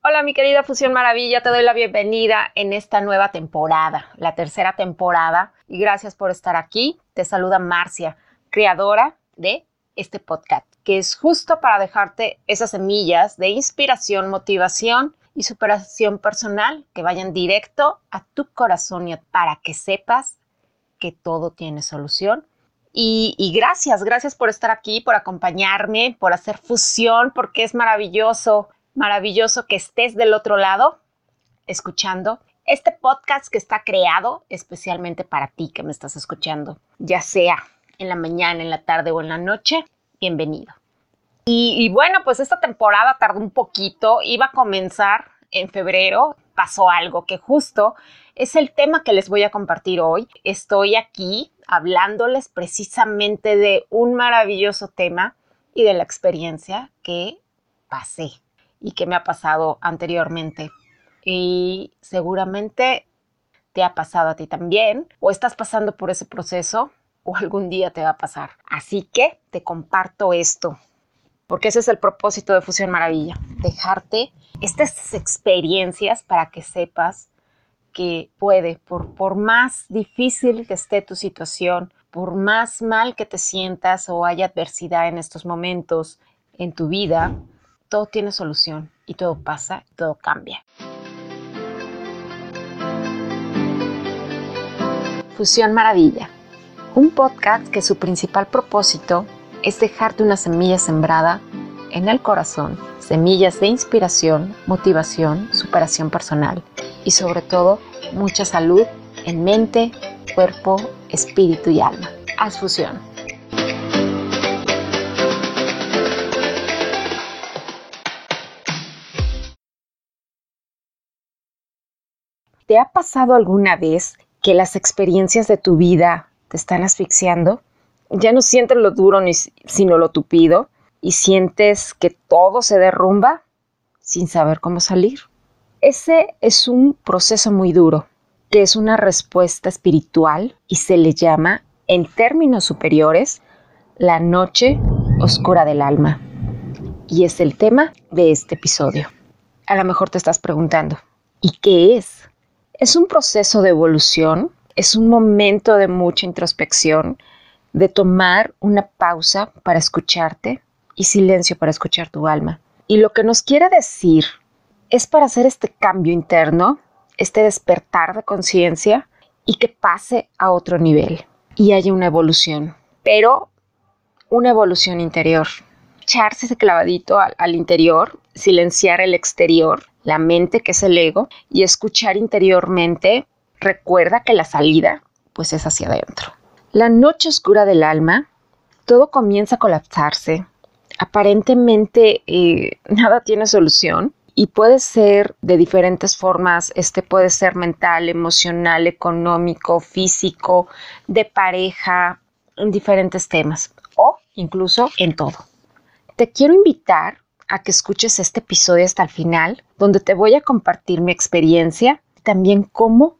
Hola mi querida Fusión Maravilla, te doy la bienvenida en esta nueva temporada, la tercera temporada, y gracias por estar aquí. Te saluda Marcia, creadora de este podcast, que es justo para dejarte esas semillas de inspiración, motivación y superación personal que vayan directo a tu corazón y para que sepas que todo tiene solución. Y gracias por estar aquí, por acompañarme, por hacer fusión, porque es maravilloso que estés del otro lado escuchando este podcast que está creado especialmente para ti que me estás escuchando, ya sea en la mañana, en la tarde o en la noche. Bienvenido. Y bueno, pues esta temporada tardó un poquito, iba a comenzar en febrero, pasó algo que justo es el tema que les voy a compartir hoy. Estoy aquí hablándoles precisamente de un maravilloso tema y de la experiencia que pasé y que me ha pasado anteriormente. Y seguramente te ha pasado a ti también, o estás pasando por ese proceso, o algún día te va a pasar. Así que te comparto esto, porque ese es el propósito de Fusión Maravilla, dejarte estas experiencias para que sepas que puede, por más difícil que esté tu situación, por más mal que te sientas o haya adversidad en estos momentos en tu vida, todo tiene solución y todo pasa, todo cambia. Fusión Maravilla, un podcast que su principal propósito es dejarte una semilla sembrada en el corazón, semillas de inspiración, motivación, superación personal y sobre todo mucha salud en mente, cuerpo, espíritu y alma. Haz fusión. ¿Te ha pasado alguna vez que las experiencias de tu vida te están asfixiando? Ya no sientes lo duro sino lo tupido y sientes que todo se derrumba sin saber cómo salir. Ese es un proceso muy duro, que es una respuesta espiritual y se le llama, en términos superiores, la noche oscura del alma. Y es el tema de este episodio. A lo mejor te estás preguntando, ¿y qué es? Es un proceso de evolución, es un momento de mucha introspección, de tomar una pausa para escucharte y silencio para escuchar tu alma. Y lo que nos quiere decir es para hacer este cambio interno, este despertar de conciencia y que pase a otro nivel y haya una evolución, pero una evolución interior. Echarse ese clavadito al interior, silenciar el exterior, la mente que es el ego y escuchar interiormente. Recuerda que la salida pues es hacia adentro. La noche oscura del alma, todo comienza a colapsarse. Aparentemente nada tiene solución. Y puede ser de diferentes formas, puede ser mental, emocional, económico, físico, de pareja, en diferentes temas o incluso en todo. Te quiero invitar a que escuches este episodio hasta el final, donde te voy a compartir mi experiencia, también cómo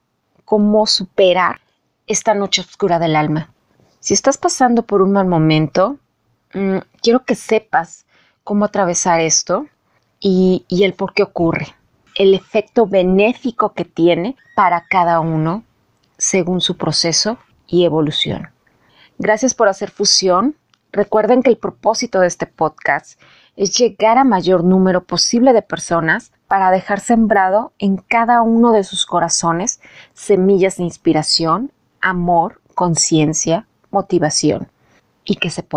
superar esta noche oscura del alma. Si estás pasando por un mal momento, quiero que sepas cómo atravesar esto. Y el por qué ocurre, el efecto benéfico que tiene para cada uno según su proceso y evolución. Gracias por hacer fusión. Recuerden que el propósito de este podcast es llegar a mayor número posible de personas para dejar sembrado en cada uno de sus corazones semillas de inspiración, amor, conciencia, motivación. Y que se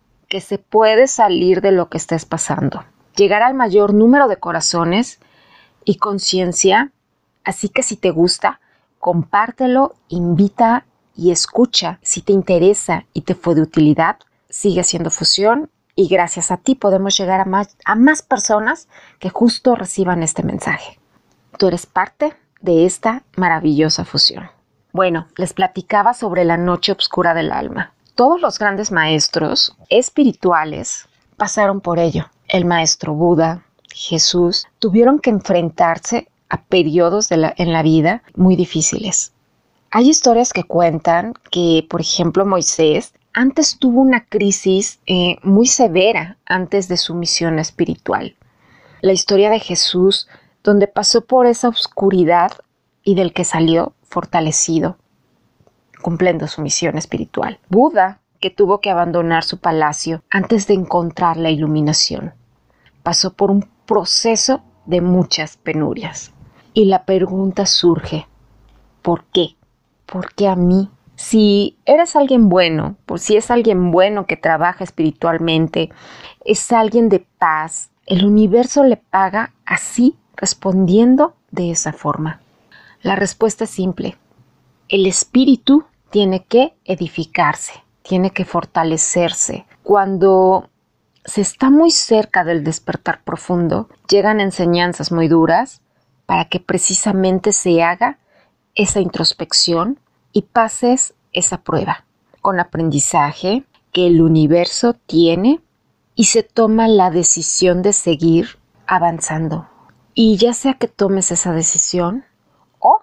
puede salir de lo que estés pasando. Llegar al mayor número de corazones y conciencia. Así que si te gusta, compártelo, invita y escucha. Si te interesa y te fue de utilidad, sigue haciendo fusión y gracias a ti podemos llegar a más personas que justo reciban este mensaje. Tú eres parte de esta maravillosa fusión. Bueno, les platicaba sobre la noche oscura del alma. Todos los grandes maestros espirituales pasaron por ello. El maestro Buda, Jesús, tuvieron que enfrentarse a periodos en la vida muy difíciles. Hay historias que cuentan que, por ejemplo, Moisés antes tuvo una crisis muy severa antes de su misión espiritual. La historia de Jesús donde pasó por esa oscuridad y del que salió fortalecido, cumpliendo su misión espiritual. Buda, que tuvo que abandonar su palacio antes de encontrar la iluminación, pasó por un proceso de muchas penurias. Y la pregunta surge, ¿por qué? ¿Por qué a mí? Si eres alguien bueno, si es alguien bueno que trabaja espiritualmente, es alguien de paz, el universo le paga así, respondiendo de esa forma. La respuesta es simple. El espíritu tiene que edificarse, tiene que fortalecerse. Cuando se está muy cerca del despertar profundo, llegan enseñanzas muy duras para que precisamente se haga esa introspección y pases esa prueba con aprendizaje que el universo tiene y se toma la decisión de seguir avanzando. Y ya sea que tomes esa decisión o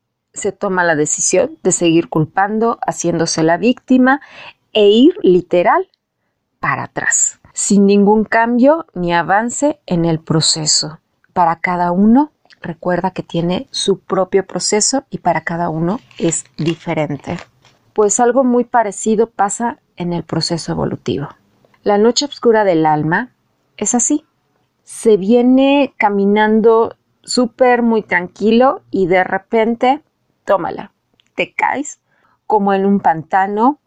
se toma la decisión de seguir culpando, haciéndose la víctima e ir literal para atrás, sin ningún cambio ni avance en el proceso. Para cada uno, recuerda que tiene su propio proceso y para cada uno es diferente. Pues algo muy parecido pasa en el proceso evolutivo. La noche oscura del alma es así. Se viene caminando súper muy tranquilo y de repente, tómala, te caes como en un pantano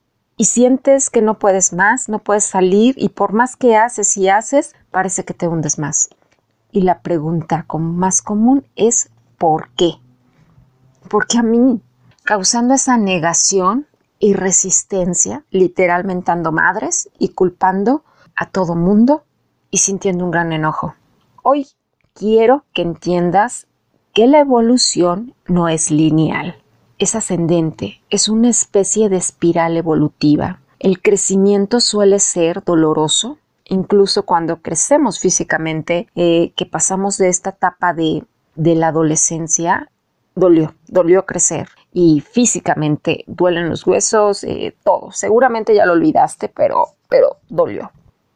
y sientes que no puedes más, no puedes salir y por más que haces y haces, parece que te hundes más. Y la pregunta más común es ¿por qué? ¿Por qué a mí? Causando esa negación y resistencia, literal mentando madres y culpando a todo mundo y sintiendo un gran enojo. Hoy quiero que entiendas que la evolución no es lineal, es ascendente, es una especie de espiral evolutiva. El crecimiento suele ser doloroso, incluso cuando crecemos físicamente, que pasamos de esta etapa de la adolescencia, dolió crecer y físicamente duelen los huesos, todo. Seguramente ya lo olvidaste, pero dolió.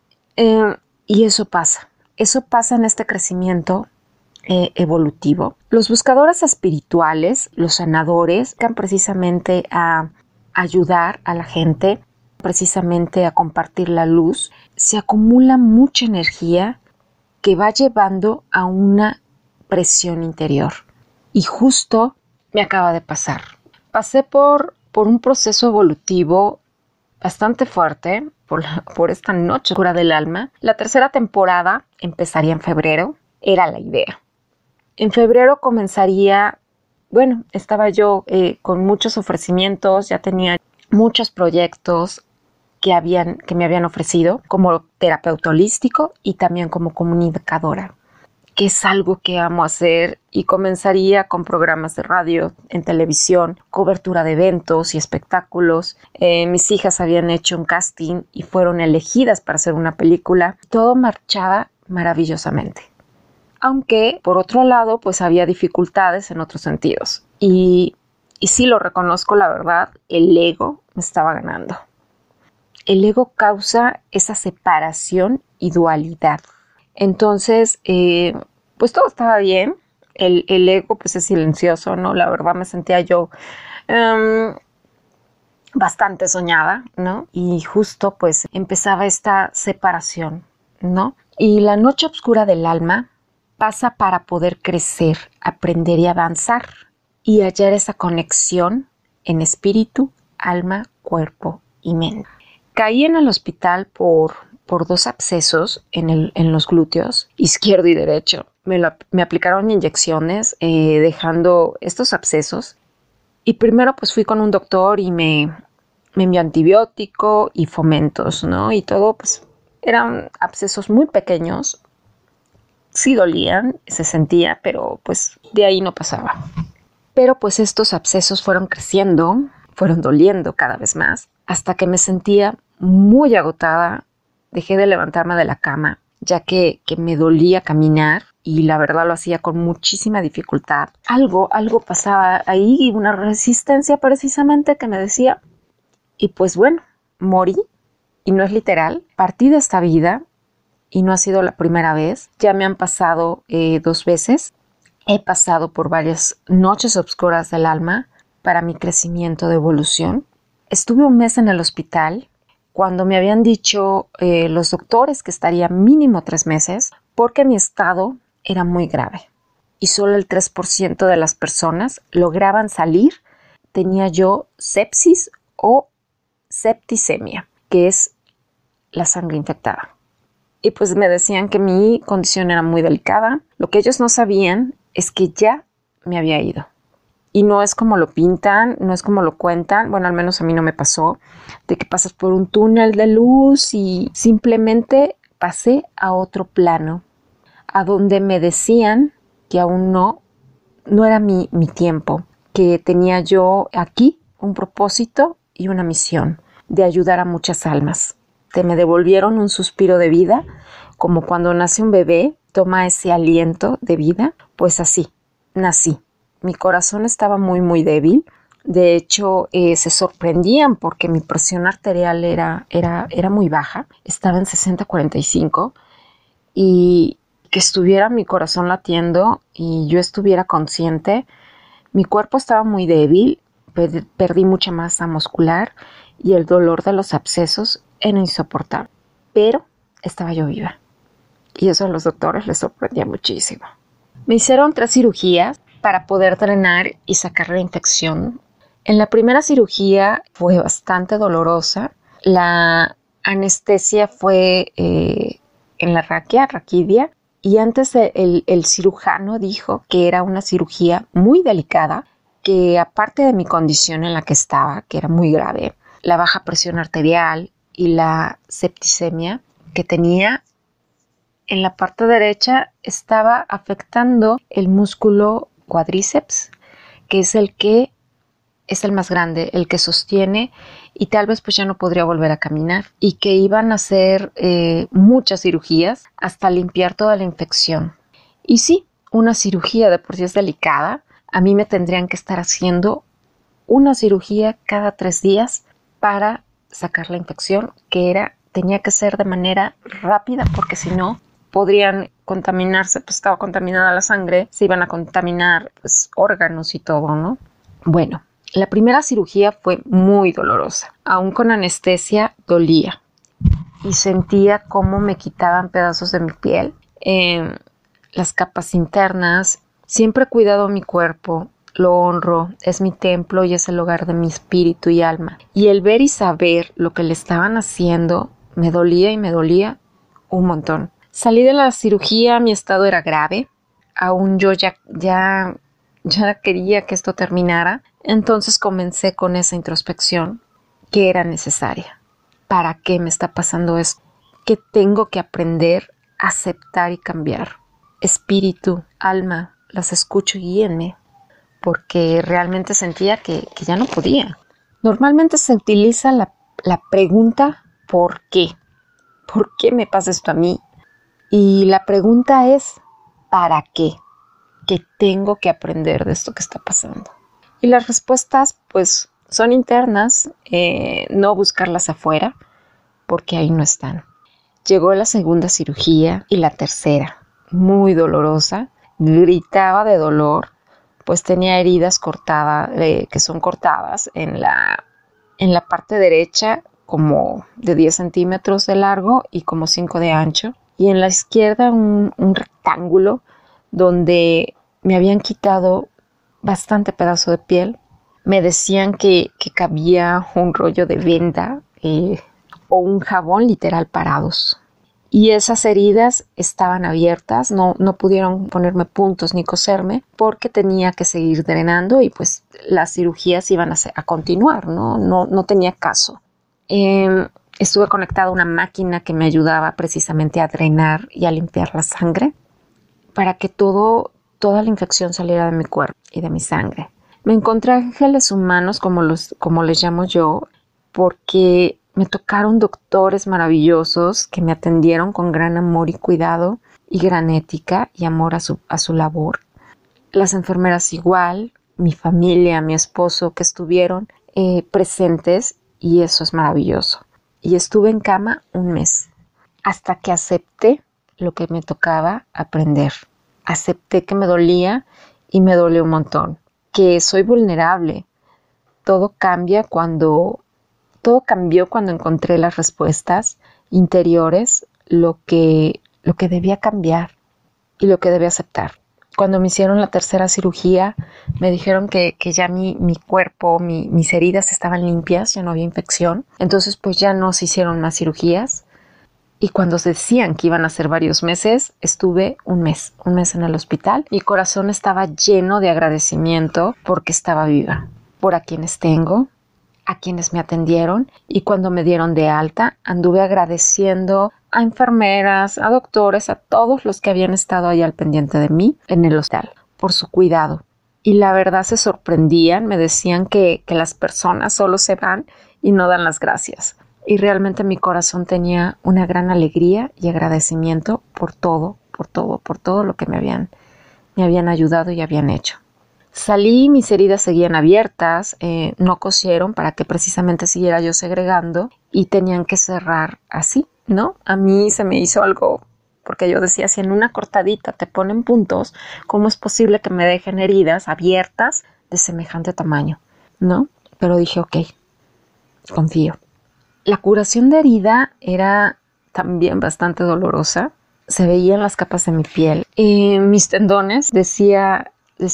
Y eso pasa en este crecimiento evolutivo. Los buscadores espirituales, los sanadores, van precisamente a ayudar a la gente, precisamente a compartir la luz. Se acumula mucha energía que va llevando a una presión interior. Y justo me acaba de pasar. Pasé por un proceso evolutivo bastante fuerte por esta noche oscura del alma. La tercera temporada empezaría en febrero, era la idea. En febrero comenzaría, estaba yo con muchos ofrecimientos, ya tenía muchos proyectos que me habían ofrecido como terapeuta holístico y también como comunicadora, que es algo que amo hacer, y comenzaría con programas de radio, en televisión, cobertura de eventos y espectáculos. Mis hijas habían hecho un casting y fueron elegidas para hacer una película. Todo marchaba maravillosamente. Aunque, por otro lado, pues había dificultades en otros sentidos. Y sí lo reconozco, la verdad, el ego me estaba ganando. El ego causa esa separación y dualidad. Entonces, pues todo estaba bien. El ego pues es silencioso, ¿no? La verdad me sentía yo bastante soñada, ¿no? Y justo pues empezaba esta separación, ¿no? Y la noche oscura del alma pasa para poder crecer, aprender y avanzar y hallar esa conexión en espíritu, alma, cuerpo y mente. Caí en el hospital por 2 abscesos en los glúteos, izquierdo y derecho. Me aplicaron inyecciones dejando estos abscesos. Y primero pues fui con un doctor y me envió antibiótico y fomentos, ¿no? Y todo pues eran abscesos muy pequeños. Sí dolían, se sentía, pero pues de ahí no pasaba. Pero pues estos abscesos fueron creciendo, fueron doliendo cada vez más, hasta que me sentía muy agotada. Dejé de levantarme de la cama, ya que me dolía caminar y la verdad lo hacía con muchísima dificultad. Algo pasaba ahí, una resistencia precisamente que me decía, y pues bueno, morí, y no es literal, partí de esta vida y no ha sido la primera vez. Ya me han pasado 2 veces. He pasado por varias noches oscuras del alma para mi crecimiento de evolución. Estuve 1 mes en el hospital cuando me habían dicho los doctores que estaría mínimo 3 meses porque mi estado era muy grave y solo el 3% de las personas lograban salir. Tenía yo sepsis o septicemia, que es la sangre infectada. Y pues me decían que mi condición era muy delicada. Lo que ellos no sabían es que ya me había ido. Y no es como lo pintan, no es como lo cuentan. Bueno, al menos a mí no me pasó, de que pasas por un túnel de luz y simplemente pasé a otro plano, a donde me decían que aún no era mi tiempo, que tenía yo aquí un propósito y una misión de ayudar a muchas almas. Que me devolvieron un suspiro de vida, como cuando nace un bebé, toma ese aliento de vida, pues así, nací. Mi corazón estaba muy, muy débil. De hecho, se sorprendían porque mi presión arterial era muy baja. Estaba en 60/45 y que estuviera mi corazón latiendo y yo estuviera consciente. Mi cuerpo estaba muy débil, perdí mucha masa muscular y el dolor de los abscesos era insoportable. Pero estaba yo viva y eso a los doctores les sorprendía muchísimo. Me hicieron 3 cirugías para poder drenar y sacar la infección. En la primera cirugía fue bastante dolorosa. La anestesia fue en la raquidia, y antes el cirujano dijo que era una cirugía muy delicada, que aparte de mi condición en la que estaba, que era muy grave, la baja presión arterial y la septicemia que tenía en la parte derecha, estaba afectando el músculo cuádriceps, que es el más grande, el que sostiene, y tal vez pues ya no podría volver a caminar, y que iban a hacer muchas cirugías hasta limpiar toda la infección. Y sí, una cirugía de por sí es delicada. A mí me tendrían que estar haciendo una cirugía cada 3 días para sacar la infección, que tenía que ser de manera rápida, porque si no podrían contaminarse, pues estaba contaminada la sangre, se iban a contaminar pues órganos y todo, ¿no? Bueno, la primera cirugía fue muy dolorosa. Aún con anestesia dolía y sentía cómo me quitaban pedazos de mi piel, las capas internas. Siempre he cuidado mi cuerpo, lo honro, es mi templo y es el hogar de mi espíritu y alma. Y el ver y saber lo que le estaban haciendo me dolía y me dolía un montón. Salí de la cirugía, mi estado era grave. Aún yo ya quería que esto terminara. Entonces comencé con esa introspección que era necesaria. ¿Para qué me está pasando esto? ¿Qué tengo que aprender a aceptar y cambiar? Espíritu, alma, las escucho y guíenme, porque realmente sentía que ya no podía. Normalmente se utiliza la pregunta ¿por qué? ¿Por qué me pasa esto a mí? Y la pregunta es ¿para qué? ¿Qué tengo que aprender de esto que está pasando? Y las respuestas pues son internas, no buscarlas afuera, porque ahí no están. Llegó la segunda cirugía y la tercera, muy dolorosa. Gritaba de dolor, pues tenía heridas cortadas, que son cortadas en la parte derecha, como de 10 centímetros de largo y como 5 de ancho. Y en la izquierda un rectángulo donde me habían quitado bastante pedazo de piel. Me decían que cabía un rollo de venda o un jabón literal parados. Y esas heridas estaban abiertas, no pudieron ponerme puntos ni coserme porque tenía que seguir drenando y pues las cirugías iban a continuar, no tenía caso. Estuve conectada a una máquina que me ayudaba precisamente a drenar y a limpiar la sangre para que toda la infección saliera de mi cuerpo y de mi sangre. Me encontré ángeles humanos, como les llamo yo, porque me tocaron doctores maravillosos que me atendieron con gran amor y cuidado y gran ética y amor a su labor. Las enfermeras igual, mi familia, mi esposo, que estuvieron presentes, y eso es maravilloso. Y estuve en cama 1 mes. hasta que acepté lo que me tocaba aprender. Acepté que me dolía y me dolió un montón, que soy vulnerable. Todo cambió cuando encontré las respuestas interiores, lo que debía cambiar y lo que debía aceptar. Cuando me hicieron la tercera cirugía, me dijeron que ya mi cuerpo, mis heridas estaban limpias, ya no había infección. Entonces, pues ya no se hicieron más cirugías. Y cuando se decían que iban a ser varios meses, estuve un mes en el hospital. Mi corazón estaba lleno de agradecimiento porque estaba viva, por a quienes tengo, a quienes me atendieron, y cuando me dieron de alta, anduve agradeciendo a enfermeras, a doctores, a todos los que habían estado ahí al pendiente de mí en el hospital, por su cuidado. Y la verdad se sorprendían, me decían que las personas solo se van y no dan las gracias. Y realmente mi corazón tenía una gran alegría y agradecimiento por todo lo que me habían ayudado y habían hecho. Salí, mis heridas seguían abiertas, no cosieron para que precisamente siguiera yo segregando y tenían que cerrar así, ¿no? A mí se me hizo algo, porque yo decía, si en una cortadita te ponen puntos, ¿cómo es posible que me dejen heridas abiertas de semejante tamaño? ¿No? Pero dije, ok, confío. La curación de herida era también bastante dolorosa. Se veían las capas de mi piel. Mis tendones, decía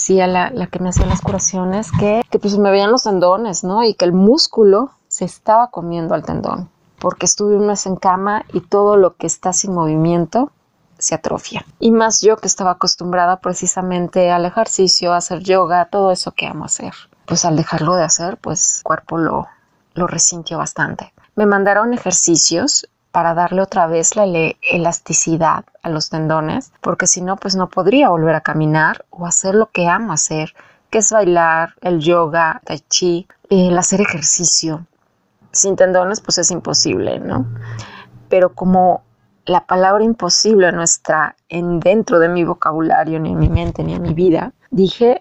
la que me hacía las curaciones, que pues me veían los tendones, ¿no? Y que el músculo se estaba comiendo al tendón. Porque estuve un mes en cama y todo lo que está sin movimiento se atrofia. Y más yo que estaba acostumbrada precisamente al ejercicio, a hacer yoga, todo eso que amo hacer. Pues al dejarlo de hacer, pues el cuerpo lo resintió bastante. Me mandaron ejercicios para darle otra vez la elasticidad a los tendones, porque si no, pues no podría volver a caminar o hacer lo que amo hacer, que es bailar, el yoga, tai chi, el hacer ejercicio. Sin tendones, pues es imposible, ¿no? Pero como la palabra imposible no está dentro de mi vocabulario, ni en mi mente, ni en mi vida, dije,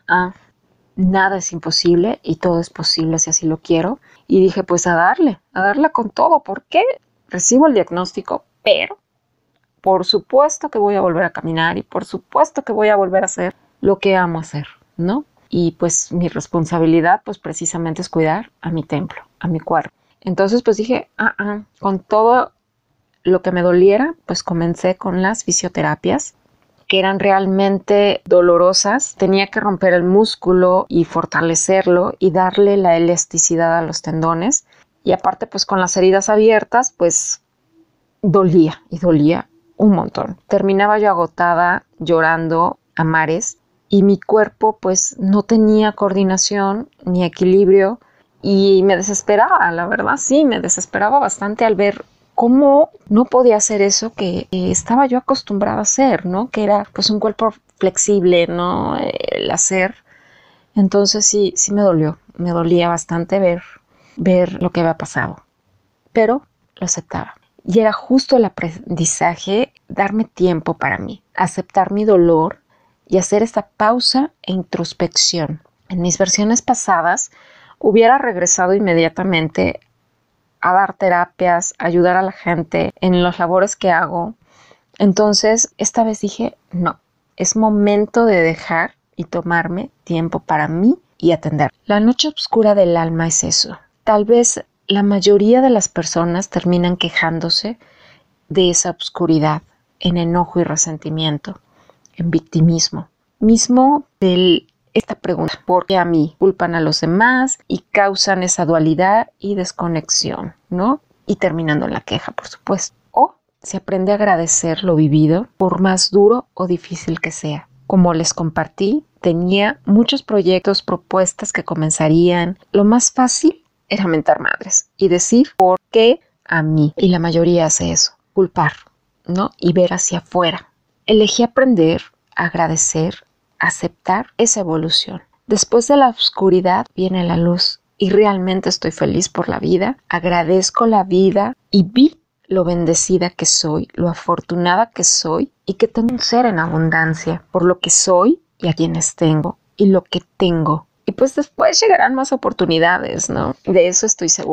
nada es imposible y todo es posible si así lo quiero. Y dije, pues a darle con todo. ¿Por qué? Recibo el diagnóstico, pero por supuesto que voy a volver a caminar y por supuesto que voy a volver a hacer lo que amo hacer, ¿no? Y pues mi responsabilidad, pues precisamente es cuidar a mi templo, a mi cuerpo. Entonces, pues dije, con todo lo que me doliera, pues comencé con las fisioterapias, que eran realmente dolorosas. Tenía que romper el músculo y fortalecerlo y darle la elasticidad a los tendones. Y aparte, pues con las heridas abiertas, pues dolía un montón. Terminaba yo agotada, llorando a mares, y mi cuerpo pues no tenía coordinación ni equilibrio y me desesperaba, la verdad, sí, me desesperaba bastante al ver cómo no podía hacer eso que estaba yo acostumbrada a hacer, ¿no? Que era pues un cuerpo flexible, ¿no? El hacer. Entonces sí me dolía bastante ver lo que había pasado, pero lo aceptaba. Y era justo el aprendizaje, darme tiempo para mí, aceptar mi dolor y hacer esta pausa e introspección. En mis versiones pasadas hubiera regresado inmediatamente a dar terapias, a ayudar a la gente en las labores que hago. Entonces, esta vez dije, no, es momento de dejar y tomarme tiempo para mí y atender. La noche oscura del alma es eso. Tal vez la mayoría de las personas terminan quejándose de esa oscuridad, en enojo y resentimiento, en victimismo. Mismo de esta pregunta, ¿por qué a mí? Culpan a los demás y causan esa dualidad y desconexión, ¿no? Y terminando en la queja, por supuesto. O se aprende a agradecer lo vivido, por más duro o difícil que sea. Como les compartí, tenía muchos proyectos, propuestas que comenzarían. Lo más fácil era mentar madres y decir ¿por qué a mí? Y la mayoría hace eso, culpar, ¿no? Y ver hacia afuera. Elegí aprender, agradecer, aceptar esa evolución. Después de la oscuridad viene la luz y realmente estoy feliz por la vida. Agradezco la vida y vi lo bendecida que soy, lo afortunada que soy y que tengo un ser en abundancia por lo que soy y a quienes tengo y lo que tengo. Y pues después llegarán más oportunidades, ¿no? De eso estoy segura.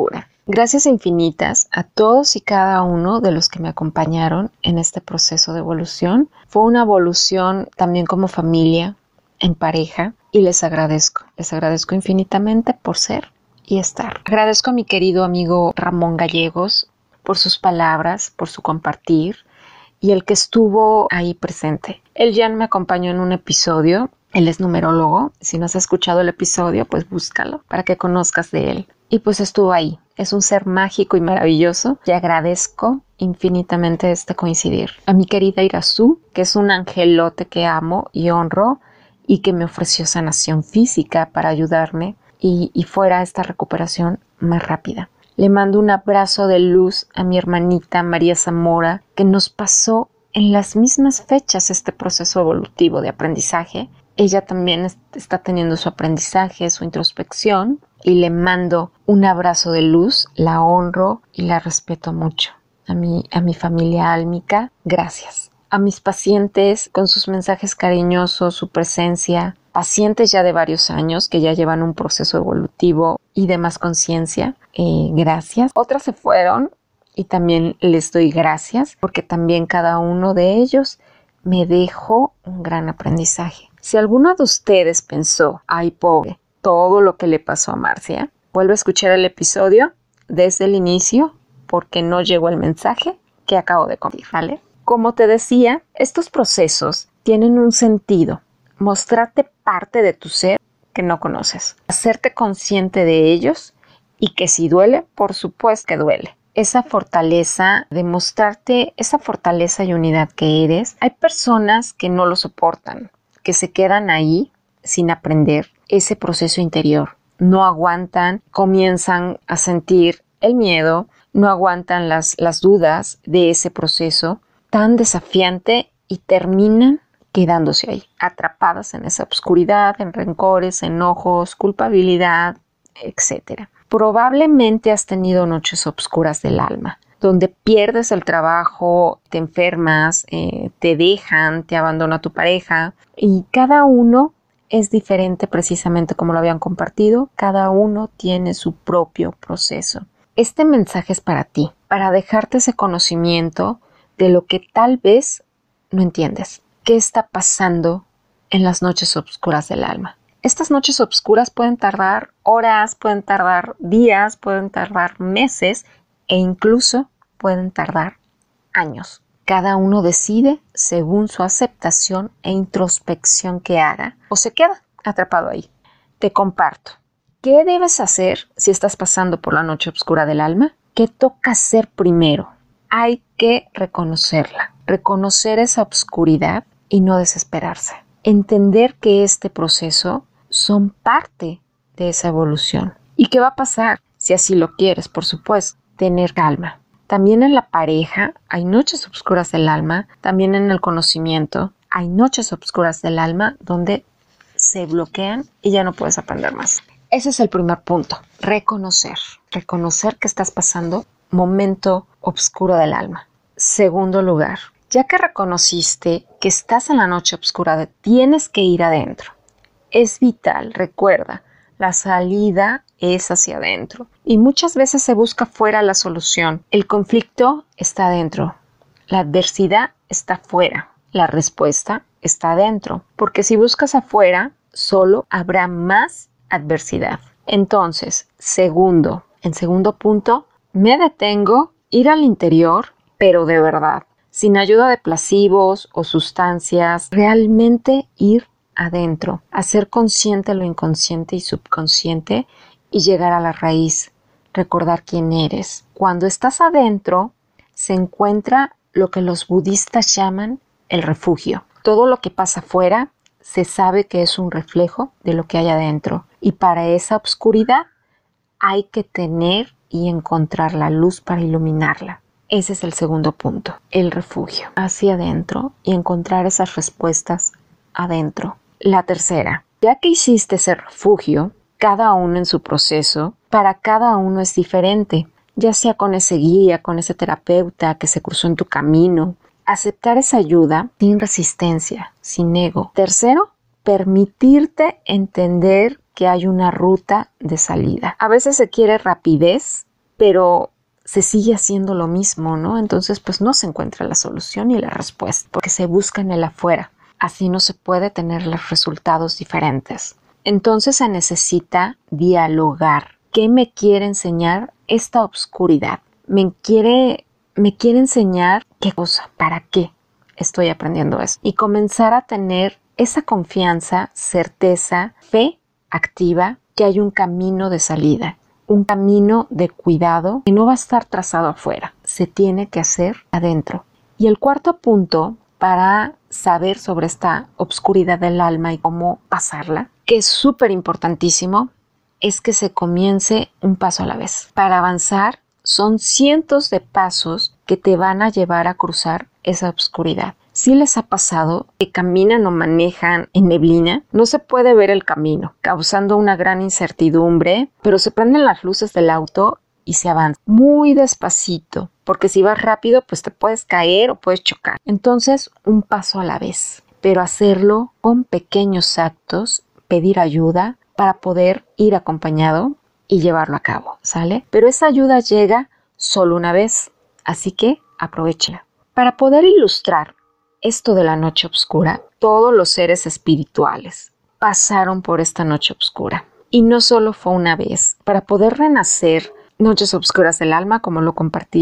Gracias infinitas a todos y cada uno de los que me acompañaron en este proceso de evolución. Fue una evolución también como familia, en pareja, y les agradezco infinitamente por ser y estar. Agradezco a mi querido amigo Ramón Gallegos por sus palabras, por su compartir y el que estuvo ahí presente. Él ya me acompañó en un episodio. Él es numerólogo. Si no has escuchado el episodio, pues búscalo para que conozcas de él. Y pues estuvo ahí. Es un ser mágico y maravilloso. Y agradezco infinitamente este coincidir. A mi querida Irazú, que es un angelote que amo y honro y que me ofreció sanación física para ayudarme y fuera esta recuperación más rápida. Le mando un abrazo de luz a mi hermanita María Zamora, que nos pasó en las mismas fechas este proceso evolutivo de aprendizaje. Ella también está teniendo su aprendizaje, su introspección, y le mando un abrazo de luz, la honro y la respeto mucho. A mi familia álmica, gracias. A mis pacientes con sus mensajes cariñosos, su presencia, pacientes ya de varios años que ya llevan un proceso evolutivo y de más conciencia, gracias. Otras se fueron y también les doy gracias porque también cada uno de ellos me dejó un gran aprendizaje. Si alguno de ustedes pensó, ay pobre, todo lo que le pasó a Marcia, vuelve a escuchar el episodio desde el inicio porque no llegó el mensaje que acabo de compartir, ¿vale? Como te decía, estos procesos tienen un sentido, mostrarte parte de tu ser que no conoces, hacerte consciente de ellos y que si duele, por supuesto que duele. Esa fortaleza, demostrarte esa fortaleza y unidad que eres. Hay personas que no lo soportan, que se quedan ahí sin aprender ese proceso interior. No aguantan, comienzan a sentir el miedo, no aguantan las dudas de ese proceso tan desafiante y terminan quedándose ahí, atrapadas en esa oscuridad, en rencores, enojos, culpabilidad, etc. Probablemente has tenido noches oscuras del alma, donde pierdes el trabajo, te enfermas, te dejan, te abandona tu pareja y cada uno es diferente precisamente como lo habían compartido, cada uno tiene su propio proceso. Este mensaje es para ti, para dejarte ese conocimiento de lo que tal vez no entiendes. ¿Qué está pasando en las noches oscuras del alma? Estas noches oscuras pueden tardar horas, pueden tardar días, pueden tardar meses e incluso pueden tardar años. Cada uno decide según su aceptación e introspección que haga o se queda atrapado ahí. Te comparto. ¿Qué debes hacer si estás pasando por la noche oscura del alma? ¿Qué toca hacer primero? Hay que reconocerla, reconocer esa oscuridad y no desesperarse. Entender que este proceso son parte de esa evolución. ¿Y qué va a pasar? Si así lo quieres, por supuesto, tener calma. También en la pareja hay noches oscuras del alma, también en el conocimiento hay noches oscuras del alma donde se bloquean y ya no puedes aprender más. Ese es el primer punto, reconocer que estás pasando momento oscuro del alma. Segundo lugar, ya que reconociste que estás en la noche oscura, tienes que ir adentro. Es vital, recuerda, la salida es hacia adentro y muchas veces se busca fuera la solución. El conflicto está adentro, la adversidad está fuera, la respuesta está adentro, porque si buscas afuera, solo habrá más adversidad. Entonces, en segundo punto, me detengo, ir al interior, pero de verdad, sin ayuda de placebos o sustancias, realmente ir adentro, hacer consciente lo inconsciente y subconsciente y llegar a la raíz, recordar quién eres. Cuando estás adentro, se encuentra lo que los budistas llaman el refugio. Todo lo que pasa afuera se sabe que es un reflejo de lo que hay adentro. Y para esa oscuridad hay que tener y encontrar la luz para iluminarla. Ese es el segundo punto, el refugio. Hacia adentro y encontrar esas respuestas adentro. La tercera, ya que hiciste ese refugio, cada uno en su proceso, para cada uno es diferente, ya sea con ese guía, con ese terapeuta que se cruzó en tu camino. Aceptar esa ayuda sin resistencia, sin ego. Tercero, permitirte entender que hay una ruta de salida. A veces se quiere rapidez pero se sigue haciendo lo mismo, ¿no? Entonces, pues no se encuentra la solución ni la respuesta, porque se busca en el afuera. Así no se puede tener los resultados diferentes. Entonces se necesita dialogar. ¿Qué me quiere enseñar esta oscuridad? Me quiere enseñar qué cosa, para qué estoy aprendiendo eso. Y comenzar a tener esa confianza, certeza, fe activa, que hay un camino de salida, un camino de cuidado que no va a estar trazado afuera, se tiene que hacer adentro. Y el cuarto punto para saber sobre esta obscuridad del alma y cómo pasarla, que es súper importantísimo, es que se comience un paso a la vez. Para avanzar son cientos de pasos que te van a llevar a cruzar esa obscuridad. Si les ha pasado que caminan o manejan en neblina, no se puede ver el camino, causando una gran incertidumbre, pero se prenden las luces del auto y se avanza muy despacito, porque si vas rápido, pues te puedes caer o puedes chocar. Entonces, un paso a la vez, pero hacerlo con pequeños actos, pedir ayuda para poder ir acompañado y llevarlo a cabo, ¿sale? Pero esa ayuda llega solo una vez, así que aprovéchala. Para poder ilustrar esto de la noche oscura, todos los seres espirituales pasaron por esta noche oscura. Y no solo fue una vez. Para poder renacer, Noches Oscuras del Alma, como lo compartí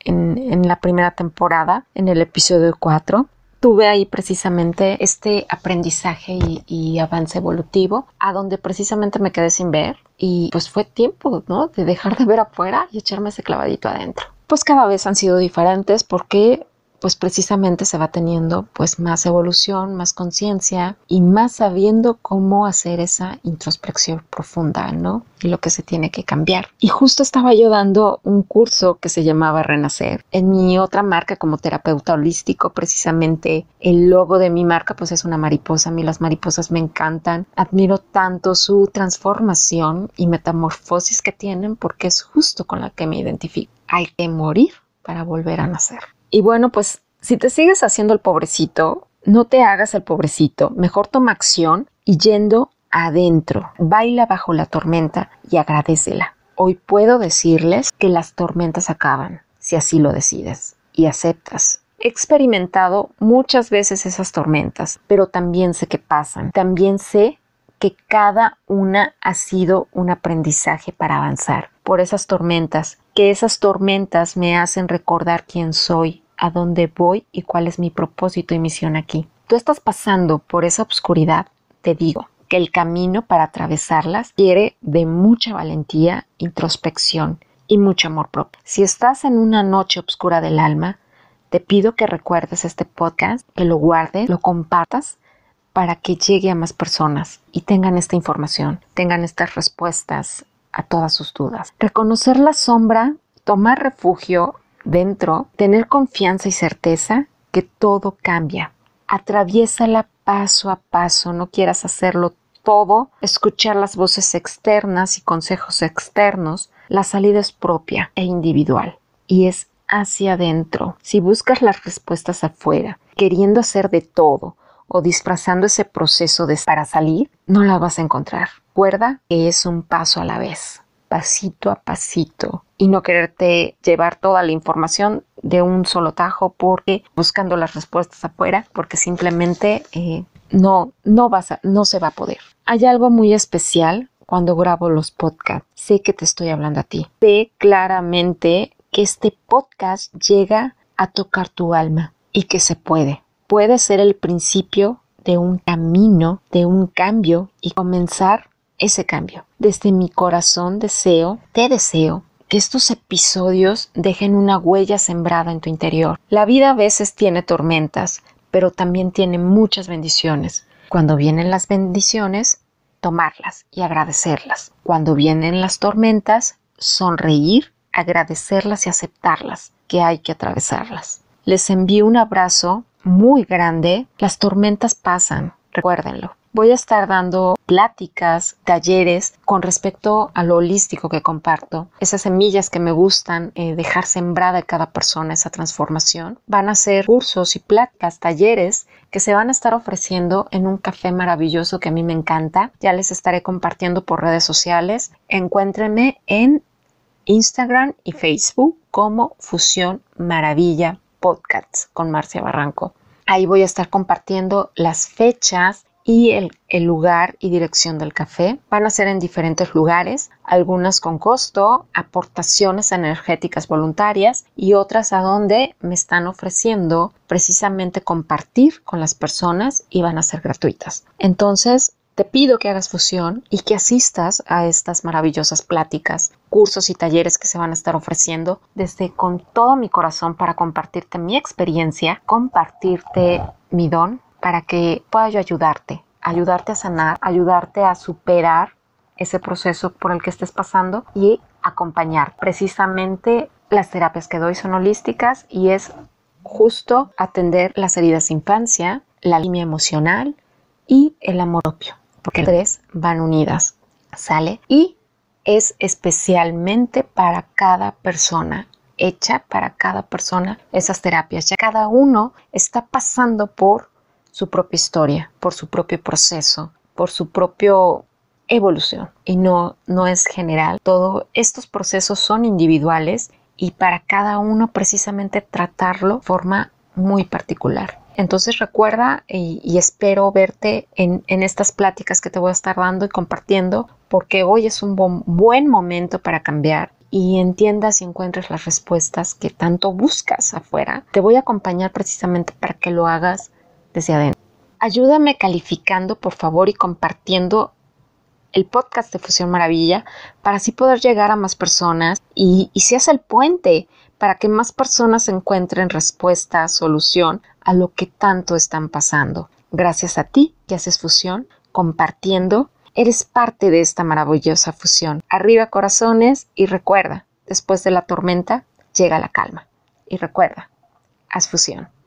en la primera temporada, en el episodio 4, tuve ahí precisamente este aprendizaje y avance evolutivo, a donde precisamente me quedé sin ver. Y pues fue tiempo, ¿no?, de dejar de ver afuera y echarme ese clavadito adentro. Pues cada vez han sido diferentes porque pues precisamente se va teniendo pues más evolución, más conciencia y más sabiendo cómo hacer esa introspección profunda, ¿no? Y lo que se tiene que cambiar. Y justo estaba yo dando un curso que se llamaba Renacer. En mi otra marca como terapeuta holístico, precisamente el logo de mi marca pues es una mariposa. A mí las mariposas me encantan. Admiro tanto su transformación y metamorfosis que tienen porque es justo con la que me identifico. Hay que morir para volver a nacer. Y bueno, pues si te sigues haciendo el pobrecito, no te hagas el pobrecito. Mejor toma acción y yendo adentro. Baila bajo la tormenta y agradécela. Hoy puedo decirles que las tormentas acaban, si así lo decides y aceptas. He experimentado muchas veces esas tormentas, pero también sé que pasan. También sé que cada una ha sido un aprendizaje para avanzar. Por esas tormentas, que esas tormentas me hacen recordar quién soy, a dónde voy y cuál es mi propósito y misión aquí. Tú estás pasando por esa oscuridad, te digo que el camino para atravesarlas requiere de mucha valentía, introspección y mucho amor propio. Si estás en una noche oscura del alma, te pido que recuerdes este podcast, que lo guardes, lo compartas, para que llegue a más personas y tengan esta información, tengan estas respuestas a todas sus dudas. Reconocer la sombra, tomar refugio dentro, tener confianza y certeza que todo cambia. Atraviésala paso a paso, no quieras hacerlo todo, escuchar las voces externas y consejos externos. La salida es propia e individual y es hacia adentro. Si buscas las respuestas afuera, queriendo hacer de todo o disfrazando ese proceso para salir, no la vas a encontrar. Recuerda que es un paso a la vez, pasito a pasito, y no quererte llevar toda la información de un solo tajo porque buscando las respuestas afuera, porque simplemente no se va a poder. Hay algo muy especial cuando grabo los podcasts. Sé que te estoy hablando a ti. Sé claramente que este podcast llega a tocar tu alma y que se puede. Puede ser el principio de un camino, de un cambio y comenzar ese cambio. Desde mi corazón te deseo que estos episodios dejen una huella sembrada en tu interior. La vida a veces tiene tormentas, pero también tiene muchas bendiciones. Cuando vienen las bendiciones, tomarlas y agradecerlas. Cuando vienen las tormentas, sonreír, agradecerlas y aceptarlas, que hay que atravesarlas. Les envío un abrazo muy grande. Las tormentas pasan, recuérdenlo. Voy a estar dando pláticas, talleres con respecto a lo holístico que comparto. Esas semillas que me gustan dejar sembrada en cada persona, esa transformación. Van a ser cursos y pláticas, talleres que se van a estar ofreciendo en un café maravilloso que a mí me encanta. Ya les estaré compartiendo por redes sociales. Encuéntrenme en Instagram y Facebook como Fusión Maravilla Podcasts con Marcia Barranco. Ahí voy a estar compartiendo las fechas y el lugar y dirección del café. Van a ser en diferentes lugares, algunas con costo, aportaciones energéticas voluntarias y otras a donde me están ofreciendo precisamente compartir con las personas y van a ser gratuitas. Entonces, te pido que hagas fusión y que asistas a estas maravillosas pláticas, cursos y talleres que se van a estar ofreciendo desde con todo mi corazón para compartirte mi experiencia, compartirte mi don para que pueda yo ayudarte a sanar, ayudarte a superar ese proceso por el que estés pasando y acompañar. Precisamente las terapias que doy son holísticas y es justo atender las heridas de infancia, la línea emocional y el amor propio, porque las tres van unidas, ¿sale? Y es especialmente para cada persona, hecha para cada persona esas terapias. Ya cada uno está pasando por su propia historia, por su propio proceso, por su propia evolución y no es general. Todos estos procesos son individuales y para cada uno precisamente tratarlo de forma muy particular. Entonces recuerda y espero verte en estas pláticas que te voy a estar dando y compartiendo, porque hoy es un buen momento para cambiar y entiendas y encuentres las respuestas que tanto buscas afuera. Te voy a acompañar precisamente para que lo hagas desde adentro. Ayúdame calificando, por favor, y compartiendo el podcast de Fusión Maravilla para así poder llegar a más personas y seas el puente para que más personas encuentren respuesta, solución a lo que tanto están pasando. Gracias a ti que haces fusión, compartiendo, eres parte de esta maravillosa fusión. Arriba corazones y recuerda, después de la tormenta llega la calma. Y recuerda, haz fusión.